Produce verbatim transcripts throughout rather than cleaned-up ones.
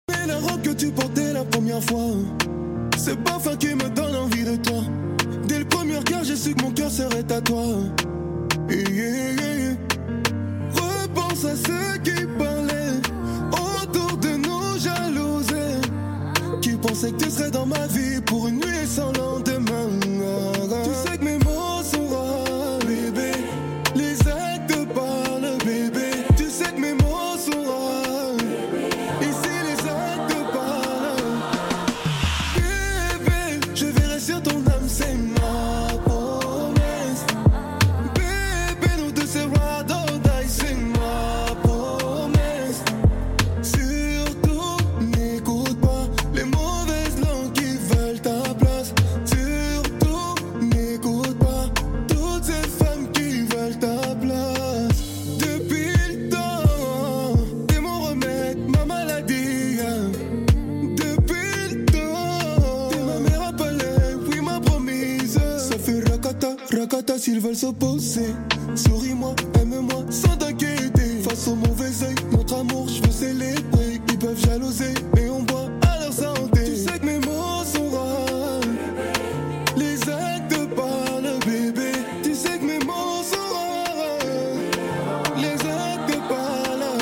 Et la robe que tu portais la première fois, c'est pas fin qui me donne envie de toi. Dès le premier regard, j'ai su que mon cœur serait à toi. Yeah, yeah, yeah. Repense à ceux qui parlaient autour de nous jalousaient, qui pensaient que tu serais dans ma vie pour une nuit sans lendemain. Tu sais que mes mots sont rares, bébé. Les actes parlent, bébé. Tu sais que mes mots sont rares. Ici les actes parlent. Bébé, je verrai sur ton âme, c'est ma promesse. Bébé, nous deux c'est ride or die, c'est ma promesse. Surtout, n'écoute pas les mauvaises langues qui veulent ta place. Surtout, n'écoute pas toutes ces femmes qui veulent ta place. Depuis le temps, t'es mon remède, ma maladie. Depuis le temps, t'es ma mère appelée, puis ma promise. Ça fait rakata, rakata s'ils veulent s'opposer. Souris-moi, aime-moi sans t'inquiéter. Face au mauvais œil, notre amour, je veux célébrer. Ils peuvent jalouser, mais on boit à leur santé. Tu sais que mes mots sont rares. Les actes parlent, bébé. Tu sais que mes mots sont rares. Les actes parlent.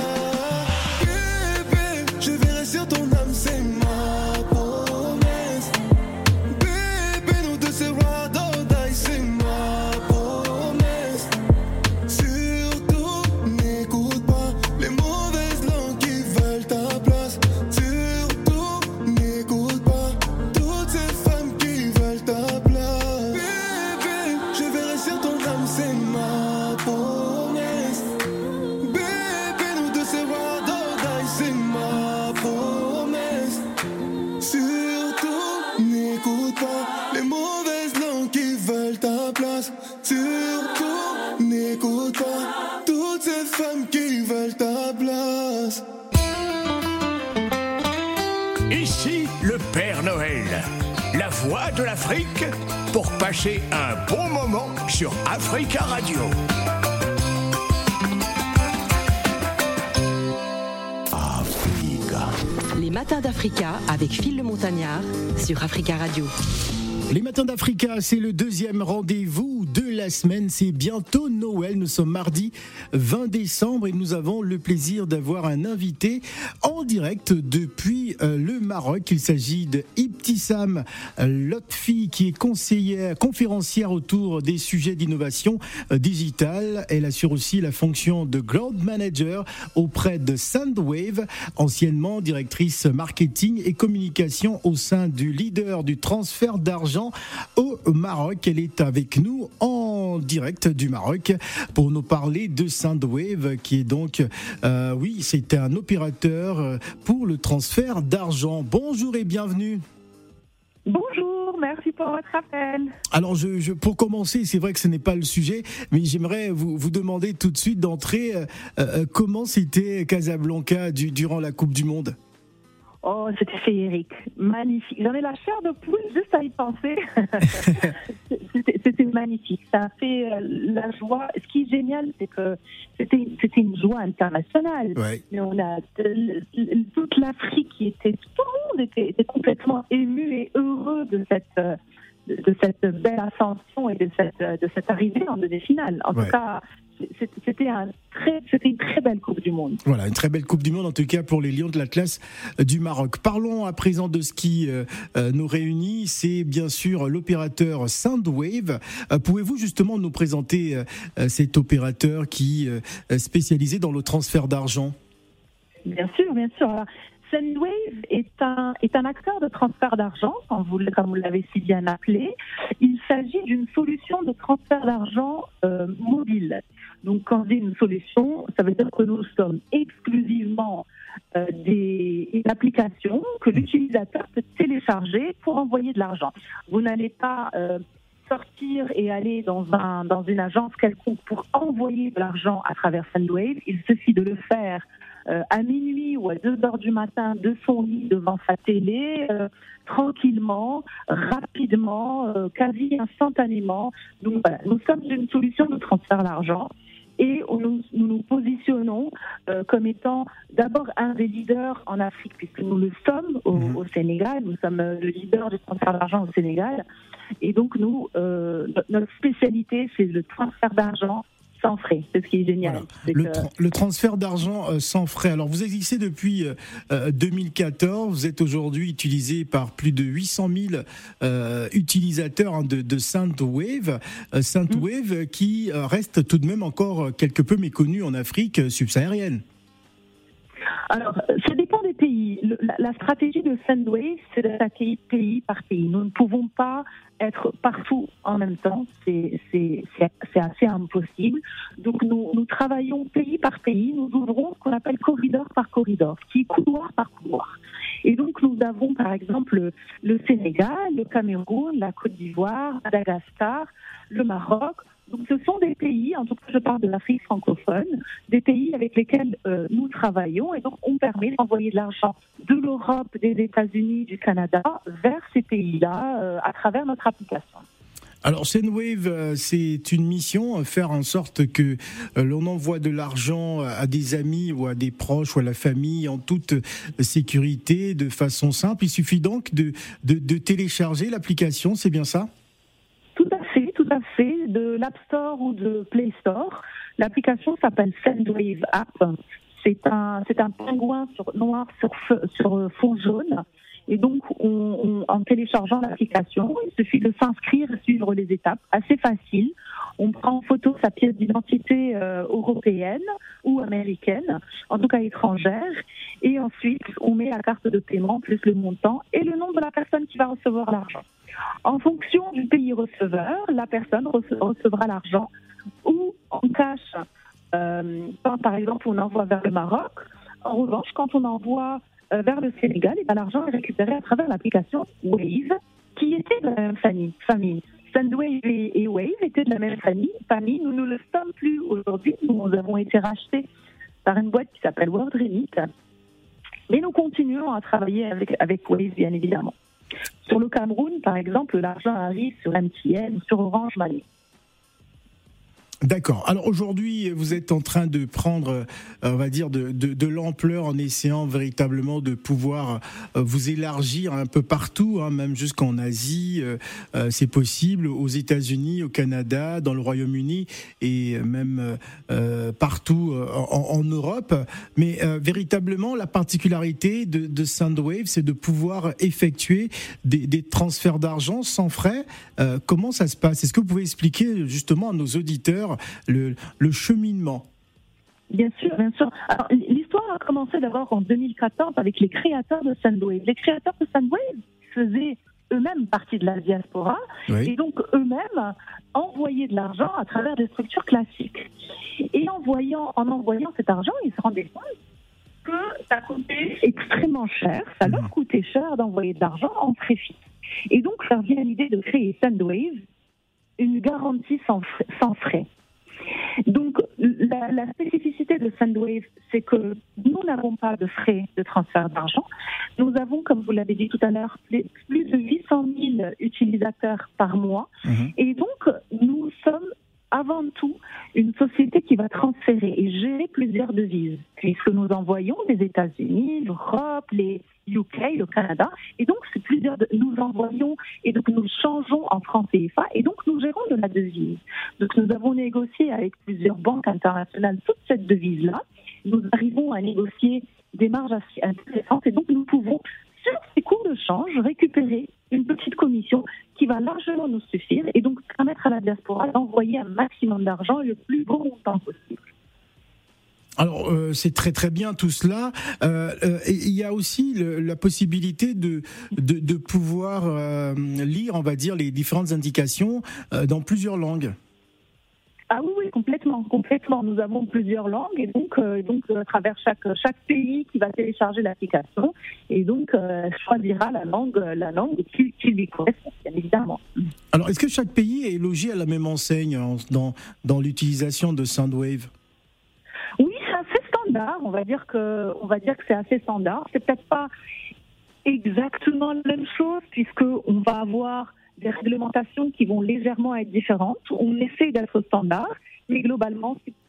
Bébé, je verrai sur ton âme, c'est ma promesse. Bébé, nous deux c'est ride or die, c'est ma promesse. Surtout, n'écoute pas les mauvaises langues qui veulent ta place. Surtout, n'écoute pas toutes ces femmes qui veulent ta place. Bébé, je verrai sur ton âme, c'est ma promesse. Bébé, nous deux c'est ride or die, c'est ma promesse. Surtout, n'écoute pas les mauvaises langues qui veulent ta place. Surtout, n'écoute pas toutes ces femmes qui veulent ta place. Ici le Père Noël, la voix de l'Afrique pour passer un bon moment sur Africa Radio. Africa. Les matins d'Africa avec Phil le Montagnard sur Africa Radio. Les matins d'Africa, c'est le deuxième rendez-vous de la semaine. C'est bientôt Noël. Nous sommes mardi vingt décembre et nous avons le plaisir d'avoir un invité en direct depuis euh, le Maroc. Il s'agit de Ibtissam Lotfi, qui est conseillère, conférencière autour des sujets d'innovation euh, digitale. Elle assure aussi la fonction de Growth Manager auprès de Sandwave, anciennement directrice marketing et communication au sein du leader du transfert d'argent au Maroc. Elle est avec nous en direct du Maroc pour nous parler de Sandwave, qui est donc, euh, oui, c'est un opérateur pour le transfert d'argent. Bonjour et bienvenue. Bonjour, merci pour votre appel. Alors, je, je, pour commencer, c'est vrai que ce n'est pas le sujet, mais j'aimerais vous, vous demander tout de suite d'entrée euh, euh, comment c'était Casablanca du, durant la Coupe du Monde. Oh, c'était féerique, magnifique. J'en ai la chair de poule juste à y penser. c'était, c'était magnifique. Ça a fait euh, la joie. Ce qui est génial, c'est que c'était, c'était une joie internationale. Ouais. Mais on a de, de, toute l'Afrique qui était, tout le monde était, était complètement ému et heureux de cette, de, de cette belle ascension et de cette, de cette arrivée en demi-finale. En ouais. tout cas, C'était, un très, c'était une très belle Coupe du Monde. Voilà, une très belle Coupe du Monde, en tout cas pour les Lions de l'Atlas du Maroc. Parlons à présent de ce qui euh, nous réunit, c'est bien sûr l'opérateur Sandwave. Euh, pouvez-vous justement nous présenter euh, cet opérateur qui euh, est spécialisé dans le transfert d'argent ? Bien sûr, bien sûr. Alors, Sandwave est un, est un acteur de transfert d'argent, comme vous, comme vous l'avez si bien appelé. Il s'agit d'une solution de transfert d'argent euh, mobile. Donc, quand on dit une solution, ça veut dire que nous sommes exclusivement euh, des, une application que l'utilisateur peut télécharger pour envoyer de l'argent. Vous n'allez pas euh, sortir et aller dans, un, dans une agence quelconque pour envoyer de l'argent à travers Sandwave. Il suffit de le faire euh, à minuit ou à deux heures du matin de son lit devant sa télé, euh, tranquillement, rapidement, euh, quasi instantanément. Donc voilà, nous sommes une solution de transfert d'argent Et nous nous, nous positionnons euh, comme étant d'abord un des leaders en Afrique, puisque nous le sommes au, mmh. au Sénégal. Nous sommes le leader du transfert d'argent au Sénégal. Et donc, nous, euh, notre spécialité, c'est le transfert d'argent sans frais. C'est ce qui est génial. Voilà. C'est le, que... tra- le transfert d'argent euh, sans frais. Alors, vous existez depuis euh, deux mille quatorze. Vous êtes aujourd'hui utilisé par plus de huit cent mille euh, utilisateurs hein, de, de Sendwave. Euh, Sendwave mmh. qui euh, reste tout de même encore quelque peu méconnu en Afrique subsaharienne. Alors, ça dépend des pays. Le, la, la stratégie de Sendwave, c'est d'attaquer pays par pays. Nous ne pouvons pas être partout en même temps. C'est, c'est, c'est, c'est assez impossible. Donc, nous, nous travaillons pays par pays. Nous ouvrons ce qu'on appelle corridor par corridor, qui est couloir par couloir. Et donc, nous avons, par exemple, le Sénégal, le Cameroun, la Côte d'Ivoire, Madagascar, le Maroc. Donc, ce sont des pays, en tout cas, je parle de l'Afrique francophone, des pays avec lesquels euh, nous travaillons, et donc on permet d'envoyer de l'argent de l'Europe, des États-Unis, du Canada vers ces pays-là euh, à travers notre application. Alors, Sendwave, c'est une mission, faire en sorte que l'on envoie de l'argent à des amis ou à des proches ou à la famille en toute sécurité, de façon simple. Il suffit donc de, de, de télécharger l'application, c'est bien ça ? Tout à fait, tout à fait. De l'App Store ou de Play Store. L'application s'appelle Sendwave App. C'est un, c'est un pingouin sur, noir sur, sur fond jaune. Et donc, on, on, en téléchargeant l'application, il suffit de s'inscrire et suivre les étapes. Assez facile. On prend en photo sa pièce d'identité euh, européenne ou américaine, en tout cas étrangère. Et ensuite, on met la carte de paiement plus le montant et le nom de la personne qui va recevoir l'argent. En fonction du pays receveur, la personne rece- recevra l'argent ou en cash. Euh, quand, par exemple, on envoie vers le Maroc. En revanche, quand on envoie euh, vers le Sénégal, et bien, l'argent est récupéré à travers l'application Wave, qui était de la même famille. famille. Sendwave et, et Wave étaient de la même famille. famille. Nous ne le sommes plus aujourd'hui. Nous avons été rachetés par une boîte qui s'appelle World Remit. Mais nous continuons à travailler avec, avec Wave, bien évidemment. Sur le Cameroun, par exemple, l'argent arrive sur M T N ou sur Orange Money. D'accord. Alors aujourd'hui, vous êtes en train de prendre, euh, on va dire, de, de, de l'ampleur en essayant véritablement de pouvoir euh, vous élargir un peu partout, hein, même jusqu'en Asie. Euh, euh, c'est possible aux États-Unis, au Canada, dans le Royaume-Uni et même euh, partout en, en Europe. Mais euh, véritablement, la particularité de, de Sendwave, c'est de pouvoir effectuer des, des transferts d'argent sans frais. Euh, comment ça se passe ? Est-ce que vous pouvez expliquer justement à nos auditeurs Le, le cheminement? Bien sûr, bien sûr. Alors, l'histoire a commencé d'abord en deux mille quatorze avec les créateurs de Sendwave. Les créateurs de Sendwave faisaient eux-mêmes partie de la diaspora oui. et donc eux-mêmes envoyaient de l'argent à travers des structures classiques. Et en, voyant, en envoyant cet argent, ils se rendaient compte que ça coûtait extrêmement cher, ça leur coûtait cher d'envoyer de l'argent en frais fixes. Et donc, ça vient l'idée de créer Sendwave, une garantie sans frais. Sans frais. Donc, la, la spécificité de Sendwave, c'est que nous n'avons pas de frais de transfert d'argent. Nous avons, comme vous l'avez dit tout à l'heure, plus de huit cent mille utilisateurs par mois. Mmh. Et donc, nous sommes avant tout une société qui va transférer et gérer plusieurs devises, puisque nous envoyons des États-Unis, l'Europe, les U K, le Canada, et donc c'est plusieurs de, nous envoyons et donc nous changeons en francs C F A et donc nous gérons de la devise. Donc nous avons négocié avec plusieurs banques internationales toute cette devise-là. Nous arrivons à négocier des marges assez intéressantes et donc nous pouvons sur ces cours de change récupérer une petite commission qui va largement nous suffire et donc permettre à la diaspora d'envoyer un maximum d'argent et le plus gros montant possible. Alors euh, c'est très très bien tout cela. Euh, euh, il y a aussi le, la possibilité de de, de pouvoir euh, lire, on va dire, les différentes indications euh, dans plusieurs langues. Ah oui, oui, complètement, complètement. Nous avons plusieurs langues et donc, euh, donc à travers chaque chaque pays qui va télécharger l'application et donc euh, choisira la langue la langue qui, qui lui correspond, bien évidemment. Alors, est-ce que chaque pays est logé à la même enseigne dans dans l'utilisation de Sendwave ? Oui, c'est assez standard. On va dire que on va dire que c'est assez standard. C'est peut-être pas exactement la même chose puisque on va avoir des réglementations qui vont légèrement être différentes. On essaie d'être standard, mais globalement, c'est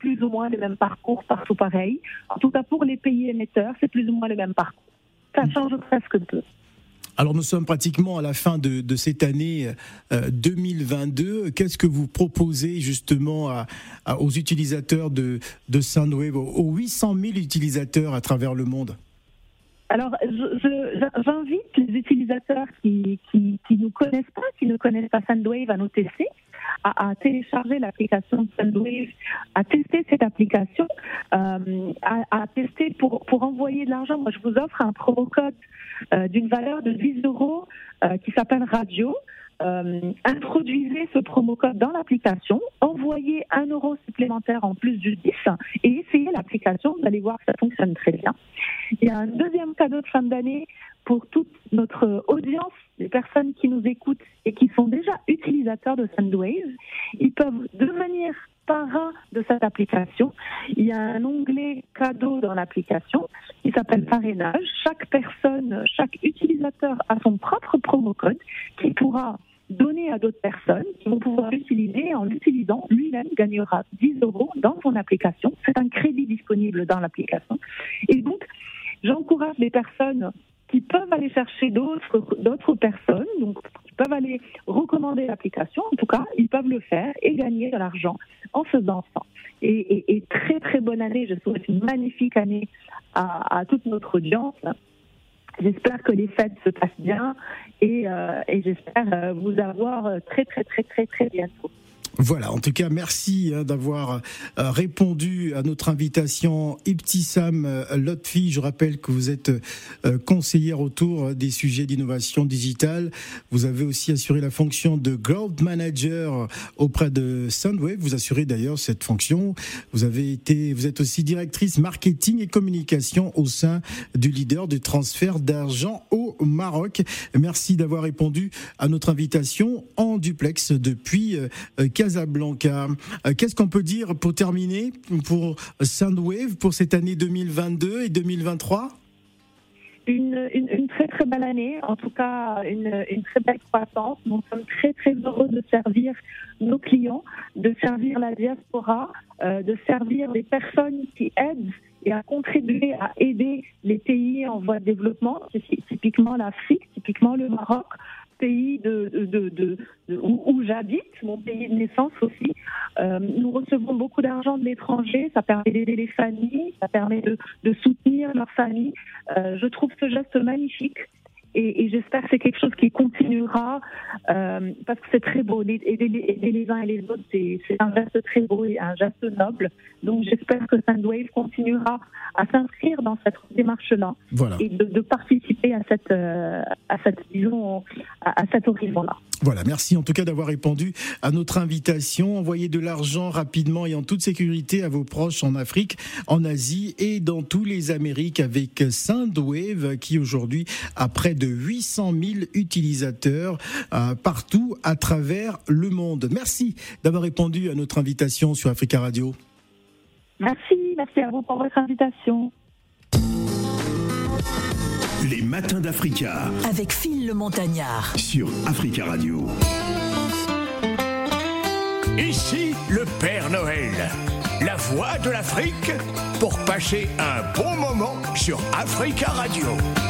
plus ou moins le même parcours partout pareil. En tout cas, pour les pays émetteurs, c'est plus ou moins le même parcours. Ça change presque peu. Alors nous sommes pratiquement à la fin de, de cette année euh, deux mille vingt-deux. Qu'est-ce que vous proposez justement à, à, aux utilisateurs de, de Soundwave, aux, aux huit cent mille utilisateurs à travers le monde? Alors, je, je, j'invite les utilisateurs qui qui qui nous connaissent pas, qui ne connaissent pas Soundwave, à nous tester, à, à télécharger l'application Soundwave, à tester cette application, euh, à, à tester pour pour envoyer de l'argent. Moi, je vous offre un promo code euh, d'une valeur de dix euros euh, qui s'appelle Radio. Euh, introduisez ce promo code dans l'application, envoyez un euro supplémentaire en plus du dix et essayez l'application, vous allez voir que ça fonctionne très bien. Il y a un deuxième cadeau de fin d'année pour toute notre audience, les personnes qui nous écoutent et qui sont déjà utilisateurs de Soundwave. Ils peuvent devenir parrain de cette application. Il y a un onglet cadeau dans l'application qui s'appelle parrainage. Chaque personne, chaque utilisateur a son propre promo code qui pourra donner à d'autres personnes qui vont pouvoir l'utiliser. En l'utilisant, lui-même gagnera dix euros dans son application. C'est un crédit disponible dans l'application. Et donc, j'encourage les personnes qui peuvent aller chercher d'autres, d'autres personnes, donc qui peuvent aller recommander l'application. En tout cas, ils peuvent le faire et gagner de l'argent en faisant ça. Et, et, et très très bonne année. Je souhaite une magnifique année à, à toute notre audience. J'espère que les fêtes se passent bien et, euh, et j'espère vous avoir très très très très très bientôt. Voilà, en tout cas, merci hein, d'avoir euh, répondu à notre invitation. Ibtissam euh, Lotfi, je rappelle que vous êtes euh, conseillère autour des sujets d'innovation digitale. Vous avez aussi assuré la fonction de Growth Manager auprès de Soundwave. Vous assurez d'ailleurs cette fonction. Vous avez été, vous êtes aussi directrice marketing et communication au sein du leader de transfert d'argent au Maroc. Merci d'avoir répondu à notre invitation en duplex depuis euh, Casablanca. Qu'est-ce qu'on peut dire pour terminer pour Soundwave pour cette année deux mille vingt-deux et deux mille vingt-trois? Une, une, une très très belle année, en tout cas une, une très belle croissance. Nous sommes très très heureux de servir nos clients, de servir la diaspora, euh, de servir les personnes qui aident et à contribuer à aider les pays en voie de développement, typiquement l'Afrique, typiquement le Maroc, pays de, de, de, de, de où, où j'habite, mon pays de naissance aussi. Euh, nous recevons beaucoup d'argent de l'étranger, ça permet d'aider les familles, ça permet de, de soutenir leurs familles. Euh, je trouve ce geste magnifique. Et, et j'espère que c'est quelque chose qui continuera euh, parce que c'est très beau. Aider, aider les uns et les autres, c'est, c'est un geste très beau et un geste noble. Donc j'espère que Soundwave continuera à s'inscrire dans cette démarche-là, voilà, et de, de participer à cette, euh, à cette, disons, à, à cet horizon-là. Voilà, merci en tout cas d'avoir répondu à notre invitation. Envoyez de l'argent rapidement et en toute sécurité à vos proches en Afrique, en Asie et dans tous les Amériques avec Soundwave qui aujourd'hui a près de huit cent mille utilisateurs euh, partout à travers le monde. Merci d'avoir répondu à notre invitation sur Africa Radio. Merci, merci à vous pour votre invitation. Les matins d'Africa avec Phil le Montagnard sur Africa Radio. Ici le Père Noël, la voix de l'Afrique pour passer un bon moment sur Africa Radio.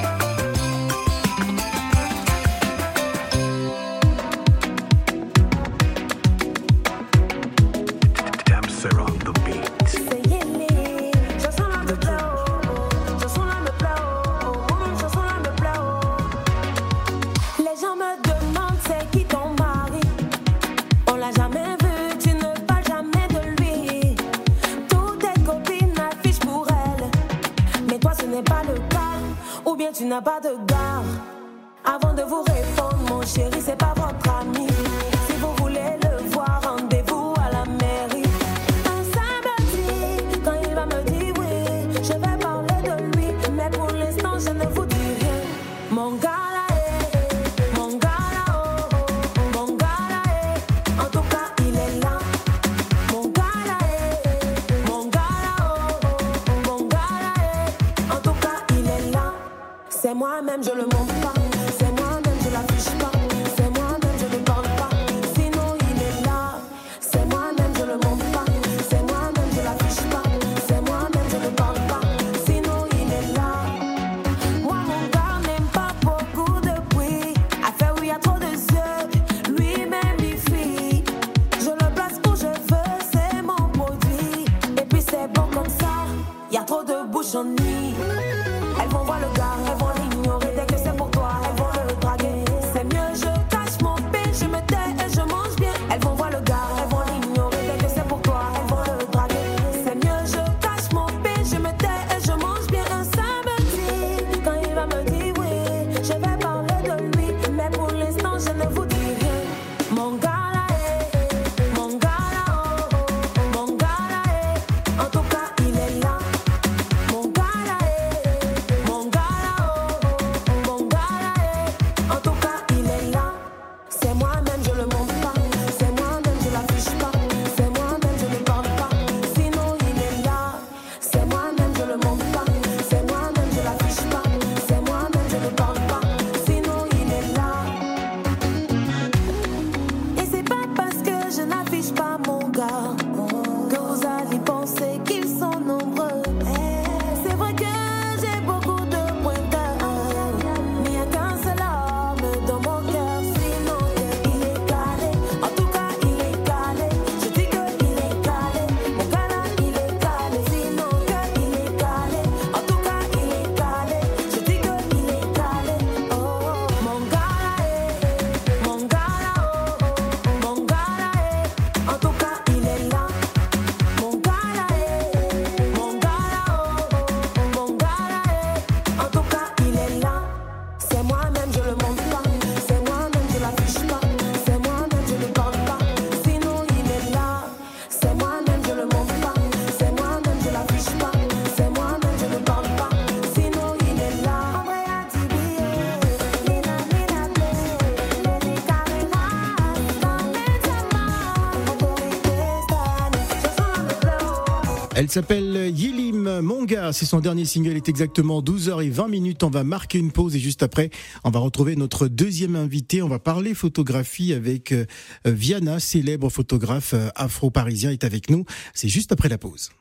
Tu n'as pas de gare. Avant de vous répondre, mon chéri, c'est pas votre ami. Si vous voulez le voir, rendez-vous à la mairie. Un samedi, quand il va me dire oui, je vais parler de lui. Mais pour l'instant, je ne vous dis rien. Mon gars là est, mon gars là oh, oh, mon gars là est. En tout cas, il est là. Mon gars là est, mon gars là oh, oh, mon gars là est. En tout cas, il est là. C'est moi-même, je le montre pas. C'est moi-même, je l'affiche pas. C'est moi-même, je ne parle pas. Sinon, il est là. C'est moi-même, je le montre pas. C'est moi-même, je l'affiche Elle s'appelle Yilim Monga, c'est son dernier single, il est exactement douze heures vingt. On va marquer une pause et juste après, on va retrouver notre deuxième invité. On va parler photographie avec Viana, célèbre photographe afro-parisien, est avec nous. C'est juste après la pause.